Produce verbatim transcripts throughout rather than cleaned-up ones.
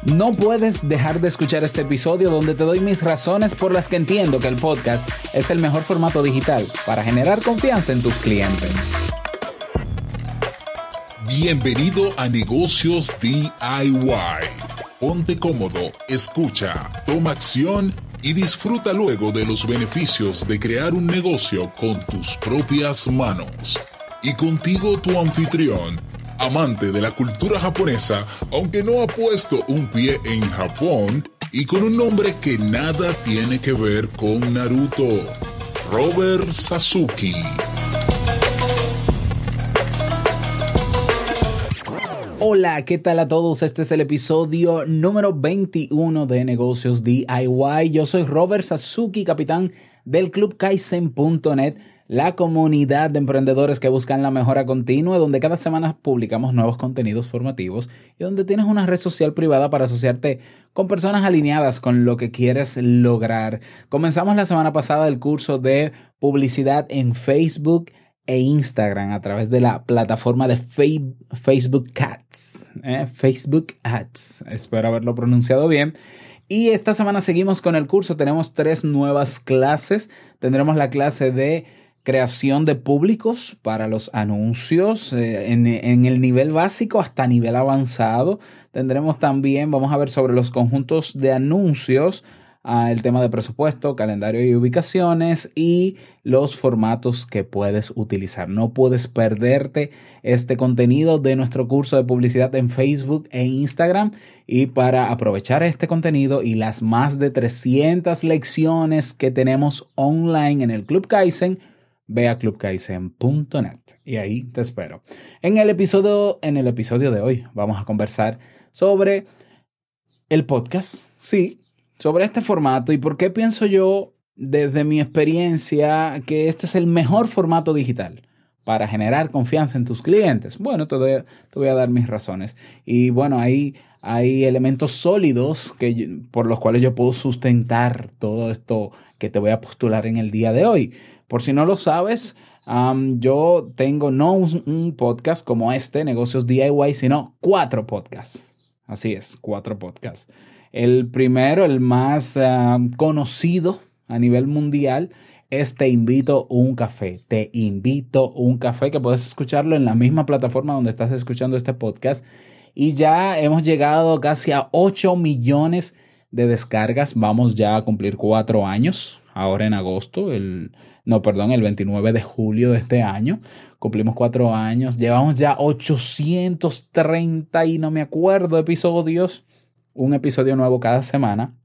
No puedes dejar de escuchar este episodio donde te doy mis razones por las que entiendo que el podcast es el mejor formato digital para generar confianza en tus clientes. Bienvenido a Negocios D I Y. Ponte cómodo, escucha, toma acción y disfruta luego de los beneficios de crear un negocio con tus propias manos. Y contigo tu anfitrión, amante de la cultura japonesa, aunque no ha puesto un pie en Japón, y con un nombre que nada tiene que ver con Naruto, Robert Sasuki. Hola, ¿qué tal a todos? Este es el episodio número veintiuno de Negocios D I Y. Yo soy Robert Sasuki, capitán del Club Kaizen punto net, la comunidad de emprendedores que buscan la mejora continua, donde cada semana publicamos nuevos contenidos formativos y donde tienes una red social privada para asociarte con personas alineadas con lo que quieres lograr. Comenzamos la semana pasada el curso de publicidad en Facebook e Instagram a través de la plataforma de fe- Facebook Ads. ¿eh? Facebook Ads. Espero haberlo pronunciado bien. Y esta semana seguimos con el curso. Tenemos tres nuevas clases. Tendremos la clase de creación de públicos para los anuncios eh, en, en el nivel básico hasta nivel avanzado. Tendremos también, vamos a ver sobre los conjuntos de anuncios, uh, el tema de presupuesto, calendario y ubicaciones y los formatos que puedes utilizar. No puedes perderte este contenido de nuestro curso de publicidad en Facebook e Instagram. Y para aprovechar este contenido y las más de trescientas lecciones que tenemos online en el Club Kaizen, ve a club kaizen punto net y ahí te espero. En el episodio, en el episodio de hoy vamos a conversar sobre el podcast, sí, sobre este formato y por qué pienso yo, desde mi experiencia, que este es el mejor formato digital para generar confianza en tus clientes. Bueno, te, doy, te voy a dar mis razones. Y bueno, ahí hay elementos sólidos que yo, por los cuales yo puedo sustentar todo esto que te voy a postular en el día de hoy. Por si no lo sabes, um, yo tengo no un, un podcast como este, Negocios D I Y, sino cuatro podcasts. Así es, cuatro podcasts. El primero, el más uh, conocido a nivel mundial, es Te Invito a un Café. Te Invito a un Café, que puedes escucharlo en la misma plataforma donde estás escuchando este podcast. Y ya hemos llegado casi a ocho millones de descargas. Vamos ya a cumplir cuatro años. Ahora en agosto, el, no, perdón, el veintinueve de julio de este año. Cumplimos cuatro años. Llevamos ya ochocientos treinta y no me acuerdo episodios. Un episodio nuevo cada semana.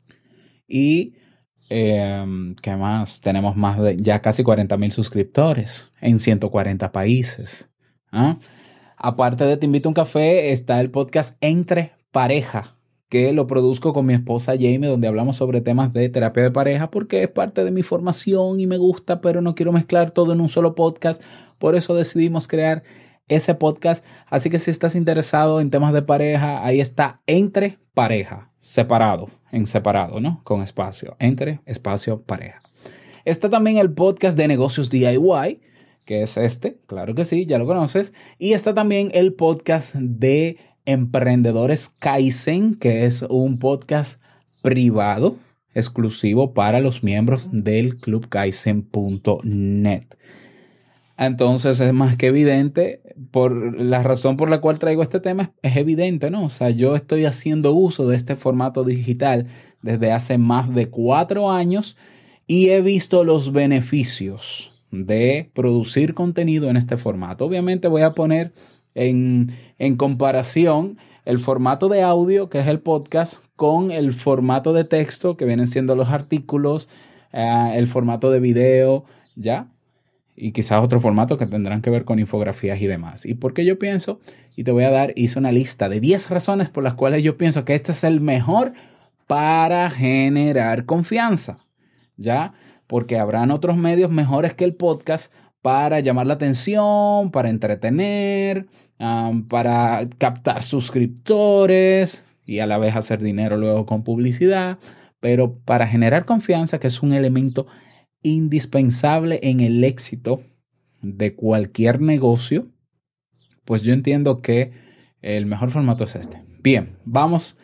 Y, eh, ¿qué más? Tenemos más de ya casi cuarenta mil suscriptores en ciento cuarenta países. ¿Ah? Aparte de Te Invito a un Café, está el podcast Entre Pareja, que lo produzco con mi esposa Jamie, donde hablamos sobre temas de terapia de pareja, porque es parte de mi formación y me gusta, pero no quiero mezclar todo en un solo podcast. Por eso decidimos crear ese podcast. Así que si estás interesado en temas de pareja, ahí está Entre Pareja, separado, en separado, ¿no? Con espacio. Entre, espacio, pareja. Está también el podcast de Negocios D I Y, que es este, claro que sí, ya lo conoces. Y está también el podcast de Emprendedores Kaizen, que es un podcast privado, exclusivo para los miembros del club kaizen punto net. Entonces es más que evidente, por la razón por la cual traigo este tema es evidente, ¿no? O sea, yo estoy haciendo uso de este formato digital desde hace más de cuatro años y he visto los beneficios de producir contenido en este formato. Obviamente voy a poner en, en comparación el formato de audio, que es el podcast, con el formato de texto, que vienen siendo los artículos, uh, el formato de video, ¿ya? Y quizás otro formato que tendrán que ver con infografías y demás. ¿Y por qué yo pienso? Y te voy a dar, hice una lista de diez razones por las cuales yo pienso que este es el mejor para generar confianza, ¿ya? Porque habrán otros medios mejores que el podcast para llamar la atención, para entretener, um, para captar suscriptores y a la vez hacer dinero luego con publicidad. Pero para generar confianza, que es un elemento indispensable en el éxito de cualquier negocio, pues yo entiendo que el mejor formato es este. Bien, vamos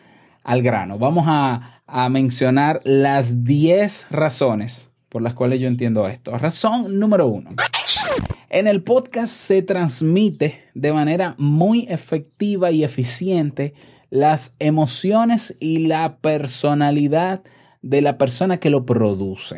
al grano. Vamos a, a mencionar las diez razones por las cuales yo entiendo esto. Razón número uno. En el podcast se transmite de manera muy efectiva y eficiente las emociones y la personalidad de la persona que lo produce.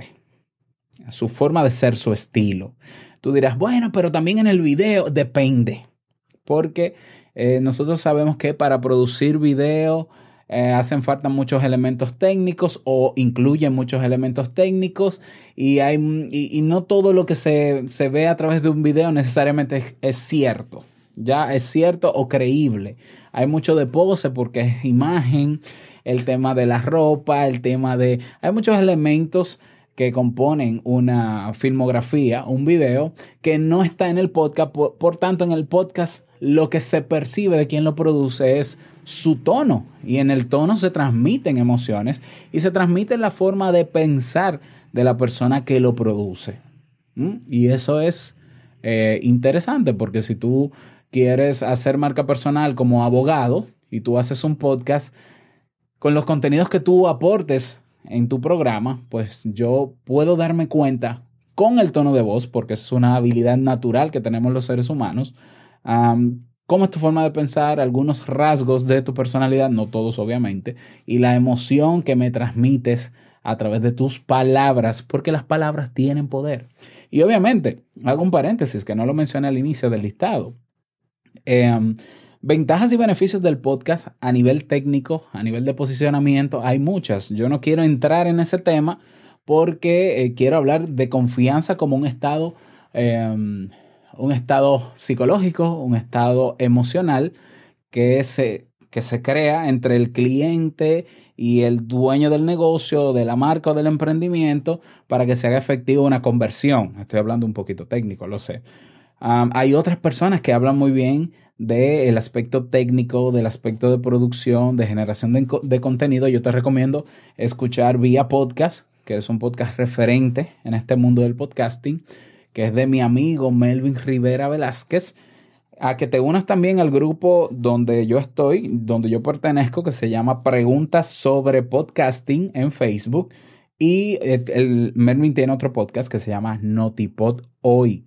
Su forma de ser, su estilo. Tú dirás, bueno, pero también en el video depende. Porque eh, nosotros sabemos que para producir video eh, hacen falta muchos elementos técnicos o incluyen muchos elementos técnicos y, hay, y, y no todo lo que se, se ve a través de un video necesariamente es, es cierto. Ya es cierto o creíble. Hay mucho de pose porque es imagen, el tema de la ropa, el tema de... Hay muchos elementos que componen una filmografía, un video, que no está en el podcast. Por, por tanto, en el podcast lo que se percibe de quien lo produce es su tono. Y en el tono se transmiten emociones y se transmite la forma de pensar de la persona que lo produce. ¿Mm? Y eso es eh, interesante porque si tú quieres hacer marca personal como abogado y tú haces un podcast con los contenidos que tú aportes en tu programa, pues yo puedo darme cuenta con el tono de voz, porque es una habilidad natural que tenemos los seres humanos, um, cómo es tu forma de pensar, algunos rasgos de tu personalidad, no todos obviamente, y la emoción que me transmites a través de tus palabras, porque las palabras tienen poder. Y obviamente, hago un paréntesis que no lo mencioné al inicio del listado. Eh, Ventajas y beneficios del podcast a nivel técnico, a nivel de posicionamiento, hay muchas. Yo no quiero entrar en ese tema porque eh, quiero hablar de confianza como un estado, eh, un estado psicológico, un estado emocional que se, que se crea entre el cliente y el dueño del negocio, de la marca o del emprendimiento para que se haga efectiva una conversión. Estoy hablando un poquito técnico, lo sé. Um, hay otras personas que hablan muy bien del aspecto técnico, del aspecto de producción, de generación de, de contenido. Yo te recomiendo escuchar Vía Podcast, que es un podcast referente en este mundo del podcasting, que es de mi amigo Melvin Rivera Velázquez, a que te unas también al grupo donde yo estoy, donde yo pertenezco, que se llama Preguntas sobre Podcasting en Facebook. Y el, el Melvin tiene otro podcast que se llama Notipod Hoy,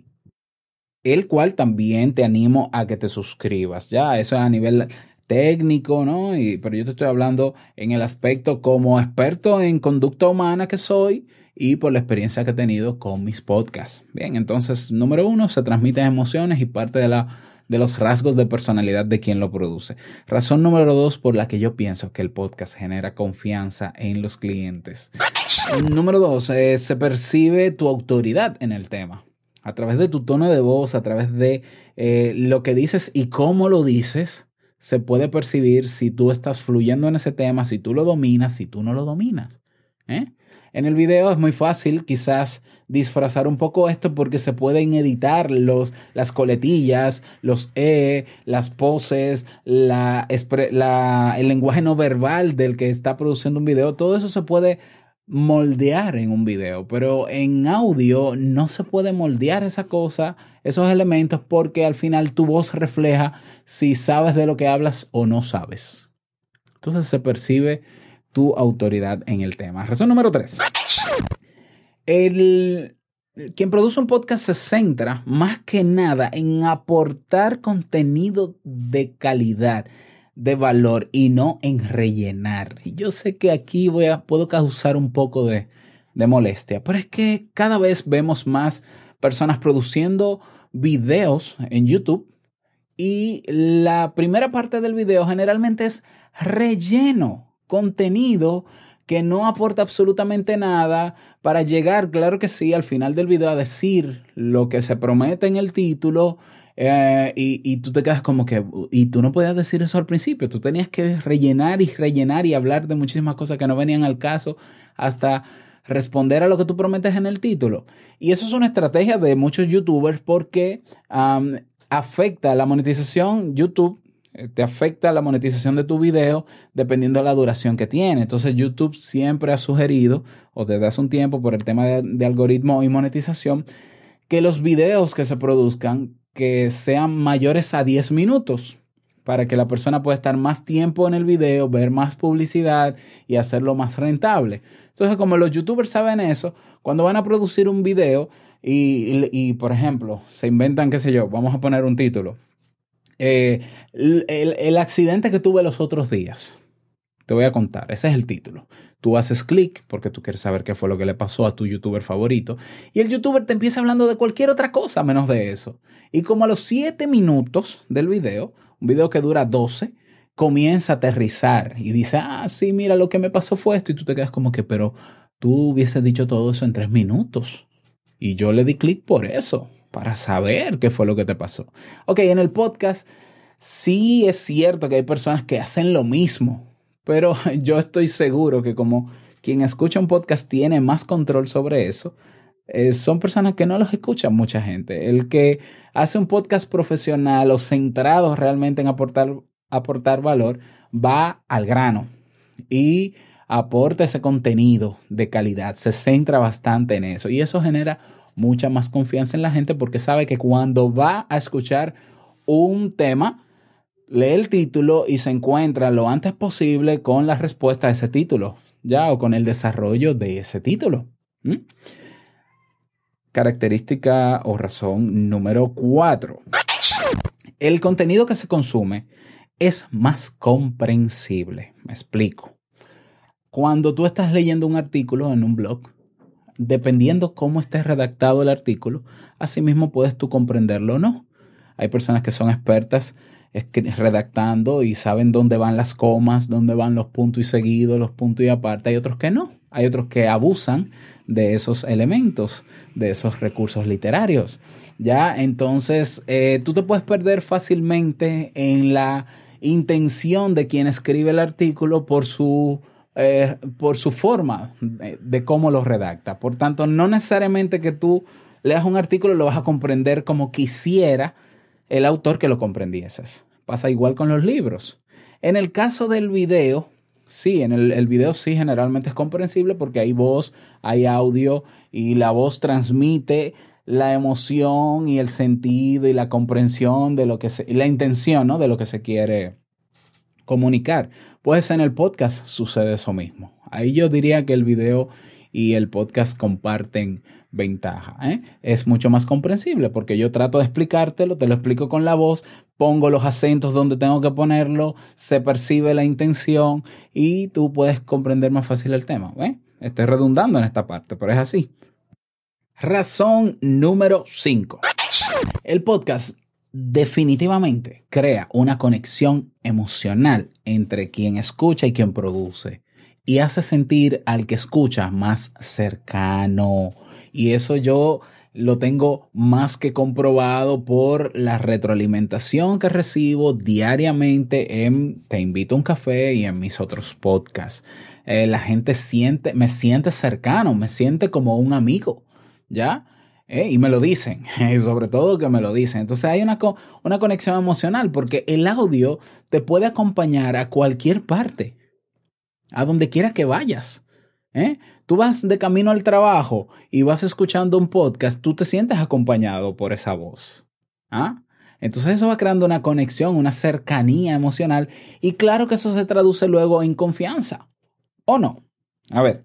el cual también te animo a que te suscribas. Ya, eso es a nivel técnico, ¿no? Y, pero yo te estoy hablando en el aspecto como experto en conducta humana que soy y por la experiencia que he tenido con mis podcasts. Bien, entonces, número uno, se transmiten emociones y parte de, la, de los rasgos de personalidad de quien lo produce. Razón número dos por la que yo pienso que el podcast genera confianza en los clientes. Número dos, eh, se percibe tu autoridad en el tema. A través de tu tono de voz, a través de eh, lo que dices y cómo lo dices, se puede percibir si tú estás fluyendo en ese tema, si tú lo dominas, si tú no lo dominas. ¿Eh? En el video es muy fácil quizás disfrazar un poco esto porque se pueden editar los, las coletillas, los E, las poses, la, la, el lenguaje no verbal del que está produciendo un video. Todo eso se puede moldear en un video, pero en audio no se puede moldear esa cosa, esos elementos, porque al final tu voz refleja si sabes de lo que hablas o no sabes. Entonces se percibe tu autoridad en el tema. Razón número tres. El, quien produce un podcast se centra más que nada en aportar contenido de calidad, de valor y no en rellenar. Y yo sé que aquí voy a, puedo causar un poco de, de molestia, pero es que cada vez vemos más personas produciendo videos en YouTube y la primera parte del video generalmente es relleno, contenido que no aporta absolutamente nada para llegar, claro que sí, al final del video a decir lo que se promete en el título. Eh, y, y tú te quedas como que, y tú no podías decir eso al principio, tú tenías que rellenar y rellenar y hablar de muchísimas cosas que no venían al caso hasta responder a lo que tú prometes en el título. Y eso es una estrategia de muchos youtubers porque um, afecta la monetización. YouTube te afecta la monetización de tu video dependiendo de la duración que tiene. Entonces YouTube siempre ha sugerido, o desde hace un tiempo por el tema de, de algoritmo y monetización, que los videos que se produzcan que sean mayores a diez minutos para que la persona pueda estar más tiempo en el video, ver más publicidad y hacerlo más rentable. Entonces, como los youtubers saben eso, cuando van a producir un video y, y, y por ejemplo, se inventan, qué sé yo, vamos a poner un título. Eh, el, el, el accidente que tuve los otros días. Te voy a contar, ese es el título. Tú haces clic porque tú quieres saber qué fue lo que le pasó a tu youtuber favorito y el youtuber te empieza hablando de cualquier otra cosa menos de eso. Y como a los siete minutos del video, un video que dura doce, comienza a aterrizar y dice, ah, sí, mira, lo que me pasó fue esto. Y tú te quedas como que, pero tú hubieses dicho todo eso en tres minutos. Y yo le di clic por eso, para saber qué fue lo que te pasó. Ok, en el podcast sí es cierto que hay personas que hacen lo mismo. Pero yo estoy seguro que como quien escucha un podcast tiene más control sobre eso, eh, son personas que no los escuchan mucha gente. El que hace un podcast profesional o centrado realmente en aportar, aportar valor va al grano y aporta ese contenido de calidad. Se centra bastante en eso y eso genera mucha más confianza en la gente porque sabe que cuando va a escuchar un tema, lee el título y se encuentra lo antes posible con la respuesta a ese título, ya, o con el desarrollo de ese título. ¿Mm? Característica o razón número cuatro. El contenido que se consume es más comprensible. Me explico. Cuando tú estás leyendo un artículo en un blog, dependiendo cómo esté redactado el artículo, así mismo puedes tú comprenderlo o no. Hay personas que son expertas redactando y saben dónde van las comas, dónde van los puntos y seguidos, los puntos y aparte. Hay otros que no. Hay otros que abusan de esos elementos, de esos recursos literarios. Ya, entonces eh, tú te puedes perder fácilmente en la intención de quien escribe el artículo por su, eh, por su forma de, de cómo lo redacta. Por tanto, no necesariamente que tú leas un artículo lo vas a comprender como quisiera el autor que lo comprendieses. Pasa igual con los libros. En el caso del video, sí, en el, el video sí generalmente es comprensible porque hay voz, hay audio y la voz transmite la emoción y el sentido y la comprensión de lo que se, la intención, ¿no?, de lo que se quiere comunicar. Pues en el podcast sucede eso mismo. Ahí yo diría que el video y el podcast comparten ventaja, ¿eh? Es mucho más comprensible porque yo trato de explicártelo, te lo explico con la voz, pongo los acentos donde tengo que ponerlo, se percibe la intención y tú puedes comprender más fácil el tema, ¿eh? Estoy redundando en esta parte, pero es así. Razón número cinco. El podcast definitivamente crea una conexión emocional entre quien escucha y quien produce y hace sentir al que escucha más cercano. Y eso yo lo tengo más que comprobado por la retroalimentación que recibo diariamente en Te Invito a un Café y en mis otros podcasts. Eh, la gente siente, me siente cercano, me siente como un amigo, ¿ya? Eh, y me lo dicen, sobre todo que me lo dicen. Entonces hay una, una conexión emocional porque el audio te puede acompañar a cualquier parte, a donde quiera que vayas. ¿Eh? Tú vas de camino al trabajo y vas escuchando un podcast, tú te sientes acompañado por esa voz. ¿Ah? Entonces eso va creando una conexión, una cercanía emocional y claro que eso se traduce luego en confianza. ¿O no? A ver,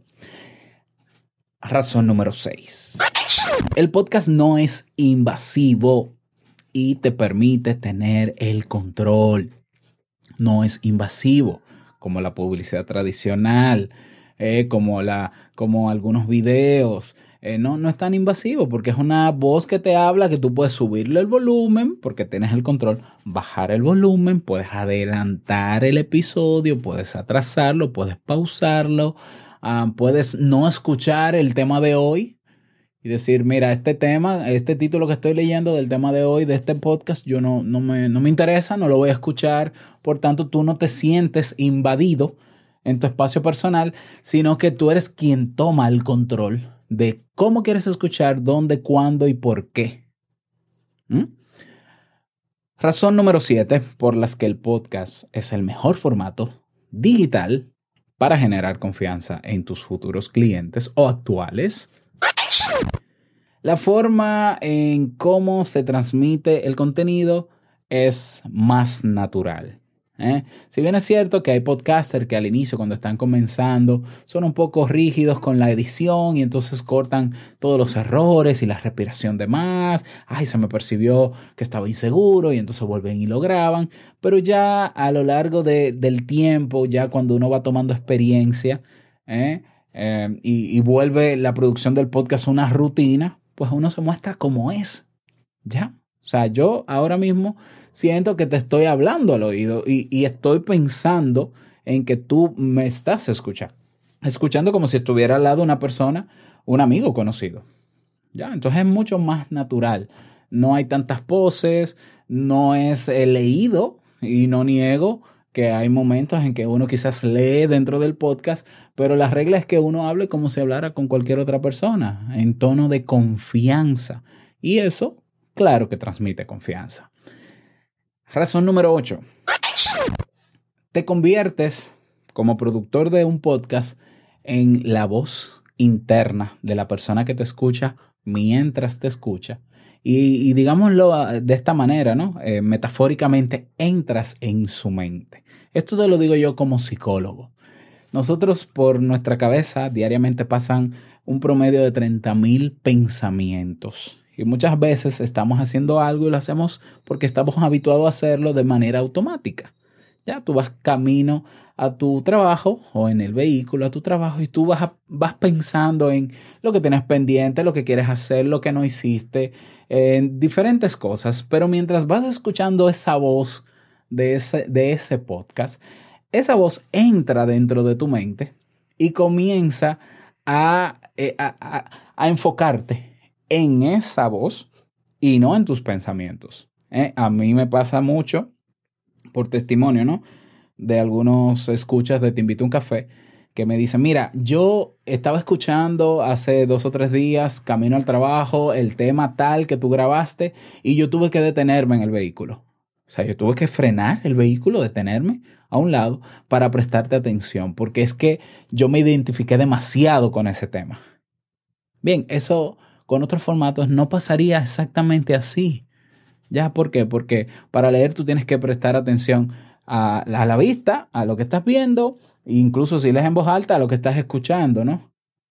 razón número seis. El podcast no es invasivo y te permite tener el control. No es invasivo como la publicidad tradicional. Eh, como, la, como algunos videos, eh, no, no es tan invasivo porque es una voz que te habla que tú puedes subirle el volumen porque tienes el control, bajar el volumen, puedes adelantar el episodio, puedes atrasarlo, puedes pausarlo, uh, puedes no escuchar el tema de hoy y decir, mira, este tema, este título que estoy leyendo del tema de hoy, de este podcast, yo no, no, me, no me interesa, no lo voy a escuchar, por tanto tú no te sientes invadido en tu espacio personal, sino que tú eres quien toma el control de cómo quieres escuchar, dónde, cuándo y por qué. ¿Mm? Razón número siete por las que el podcast es el mejor formato digital para generar confianza en tus futuros clientes o actuales. La forma en cómo se transmite el contenido es más natural. ¿Eh? Si bien es cierto que hay podcasters que al inicio, cuando están comenzando, son un poco rígidos con la edición y entonces cortan todos los errores y la respiración de más. Ay, se me percibió que estaba inseguro y entonces vuelven y lo graban. Pero ya a lo largo de, del tiempo, ya cuando uno va tomando experiencia ¿eh? Eh, y, y vuelve la producción del podcast una rutina, pues uno se muestra como es. ¿Ya? O sea, yo ahora mismo siento que te estoy hablando al oído y, y estoy pensando en que tú me estás escuchando. Escuchando como si estuviera al lado una persona, un amigo conocido. ¿Ya? Entonces es mucho más natural. No hay tantas poses, no es eh, leído y no niego que hay momentos en que uno quizás lee dentro del podcast, pero la regla es que uno hable como si hablara con cualquier otra persona, en tono de confianza. Y eso, claro que transmite confianza. Razón número ocho. Te conviertes como productor de un podcast en la voz interna de la persona que te escucha mientras te escucha. Y, y digámoslo de esta manera, ¿no? Eh, metafóricamente, entras en su mente. Esto te lo digo yo como psicólogo. Nosotros por nuestra cabeza diariamente pasan un promedio de treinta mil pensamientos. Y muchas veces estamos haciendo algo y lo hacemos porque estamos habituados a hacerlo de manera automática. Ya tú vas camino a tu trabajo o en el vehículo a tu trabajo y tú vas, a, vas pensando en lo que tienes pendiente, lo que quieres hacer, lo que no hiciste, en diferentes cosas. Pero mientras vas escuchando esa voz de ese, de ese podcast, esa voz entra dentro de tu mente y comienza a, a, a, a enfocarte en esa voz y no en tus pensamientos. ¿Eh? A mí me pasa mucho, por testimonio, ¿no? De algunos escuchas de Te Invito a un Café, que me dicen, mira, yo estaba escuchando hace dos o tres días, camino al trabajo, el tema tal que tú grabaste y yo tuve que detenerme en el vehículo. O sea, yo tuve que frenar el vehículo, detenerme a un lado para prestarte atención, porque es que yo me identifiqué demasiado con ese tema. Bien, eso con otros formatos no pasaría exactamente así. ¿Ya? ¿Por qué? Porque para leer tú tienes que prestar atención a, a la vista, a lo que estás viendo, incluso si lees en voz alta, a lo que estás escuchando, ¿no?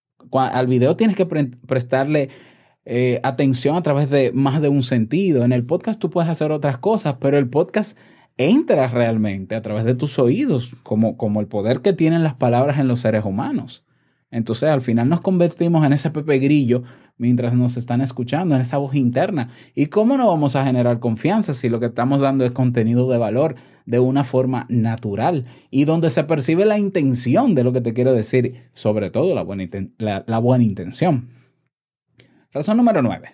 Al video tienes que pre- prestarle eh, atención a través de más de un sentido. En el podcast tú puedes hacer otras cosas, pero el podcast entra realmente a través de tus oídos, como, como el poder que tienen las palabras en los seres humanos. Entonces, al final nos convertimos en ese Pepe Grillo mientras nos están escuchando, en esa voz interna. ¿Y cómo no vamos a generar confianza si lo que estamos dando es contenido de valor de una forma natural y donde se percibe la intención de lo que te quiero decir, sobre todo la buena, la, la buena intención? Razón número nueve.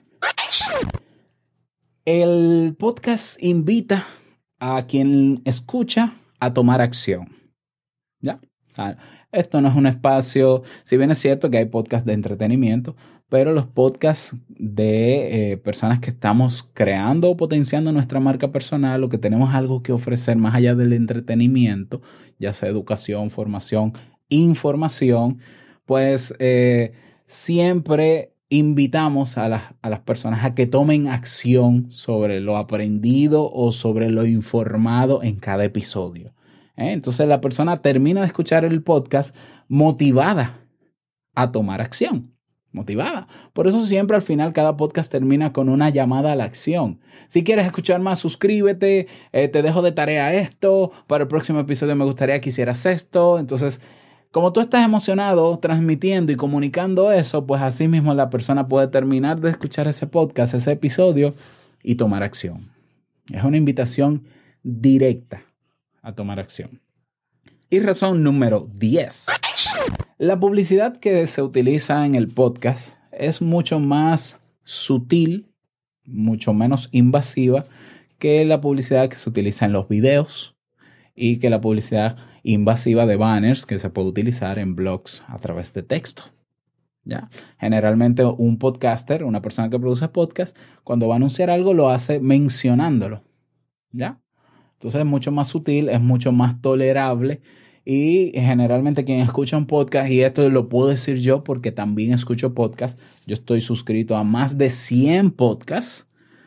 El podcast invita a quien escucha a tomar acción. ¿Ya? Esto no es un espacio, si bien es cierto que hay podcasts de entretenimiento, pero los podcasts de eh, personas que estamos creando o potenciando nuestra marca personal o que tenemos algo que ofrecer más allá del entretenimiento, ya sea educación, formación, información, pues eh, siempre invitamos a las, a las personas a que tomen acción sobre lo aprendido o sobre lo informado en cada episodio. ¿Eh? Entonces la persona termina de escuchar el podcast motivada a tomar acción. Motivada. Por eso siempre al final cada podcast termina con una llamada a la acción. Si quieres escuchar más, suscríbete, eh, te dejo de tarea esto, para el próximo episodio me gustaría que hicieras esto. Entonces, como tú estás emocionado transmitiendo y comunicando eso, pues así mismo la persona puede terminar de escuchar ese podcast, ese episodio y tomar acción. Es una invitación directa a tomar acción. Y razón número diez. La publicidad que se utiliza en el podcast es mucho más sutil, mucho menos invasiva que la publicidad que se utiliza en los videos y que la publicidad invasiva de banners que se puede utilizar en blogs a través de texto. ¿Ya? Generalmente un podcaster, una persona que produce podcast, cuando va a anunciar algo lo hace mencionándolo. ¿Ya? Entonces es mucho más sutil, es mucho más tolerable y generalmente quien escucha un podcast, y esto lo puedo decir yo porque también escucho podcast, yo estoy suscrito a más de cien podcasts,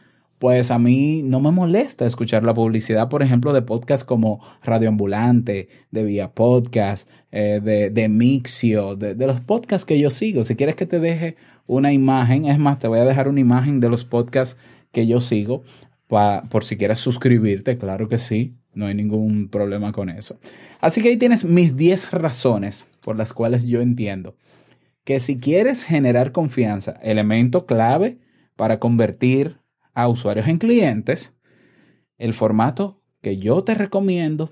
pues a mí no me molesta escuchar la publicidad, por ejemplo, de podcasts como Radio Ambulante, de Vía Podcast, eh, de, de Mixio, de, de los podcasts que yo sigo. Si quieres que te deje una imagen, es más, te voy a dejar una imagen de los podcasts que yo sigo, pa, por si quieres suscribirte, claro que sí, no hay ningún problema con eso. Así que ahí tienes mis diez razones por las cuales yo entiendo que si quieres generar confianza, elemento clave para convertir a usuarios en clientes, el formato que yo te recomiendo,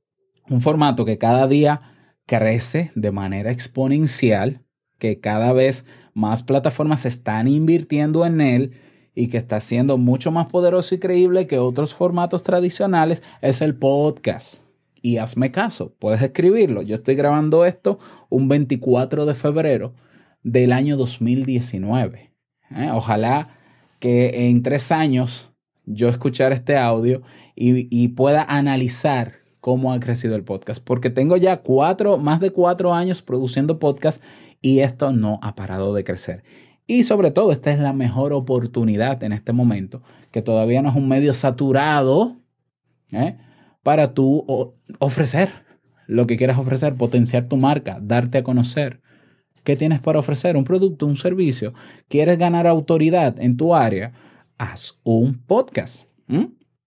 un formato que cada día crece de manera exponencial, que cada vez más plataformas están invirtiendo en él y que está siendo mucho más poderoso y creíble que otros formatos tradicionales, es el podcast. Y hazme caso, puedes escribirlo. Yo estoy grabando esto un veinticuatro de febrero del año dos mil diecinueve. ¿Eh? Ojalá que en tres años yo escuchar este audio y, y pueda analizar cómo ha crecido el podcast. Porque tengo ya cuatro, más de cuatro años produciendo podcast y esto no ha parado de crecer. Y sobre todo, esta es la mejor oportunidad en este momento, que todavía no es un medio saturado, ¿eh? para tú o, ofrecer lo que quieras ofrecer, potenciar tu marca, darte a conocer. ¿Qué tienes para ofrecer? Un producto, un servicio. ¿Quieres ganar autoridad en tu área? Haz un podcast. ¿Mm?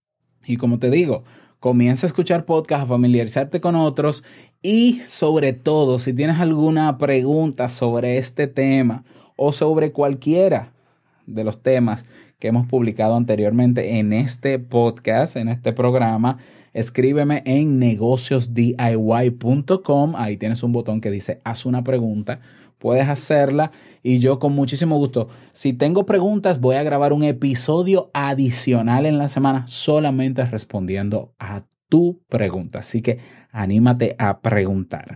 Y como te digo, comienza a escuchar podcasts, a familiarizarte con otros y sobre todo, si tienes alguna pregunta sobre este tema o sobre cualquiera de los temas que hemos publicado anteriormente en este podcast, en este programa, escríbeme en negocios D I Y punto com. Ahí tienes un botón que dice haz una pregunta. Puedes hacerla y yo con muchísimo gusto. Si tengo preguntas, voy a grabar un episodio adicional en la semana solamente respondiendo a tu pregunta. Así que anímate a preguntar.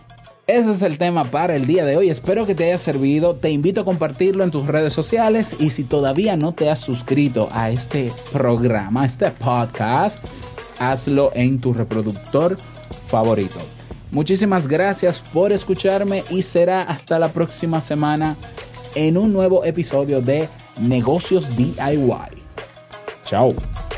Ese es el tema para el día de hoy. Espero que te haya servido. Te invito a compartirlo en tus redes sociales. Y si todavía no te has suscrito a este programa, a este podcast, hazlo en tu reproductor favorito. Muchísimas gracias por escucharme y será hasta la próxima semana en un nuevo episodio de Negocios D I Y. Chao.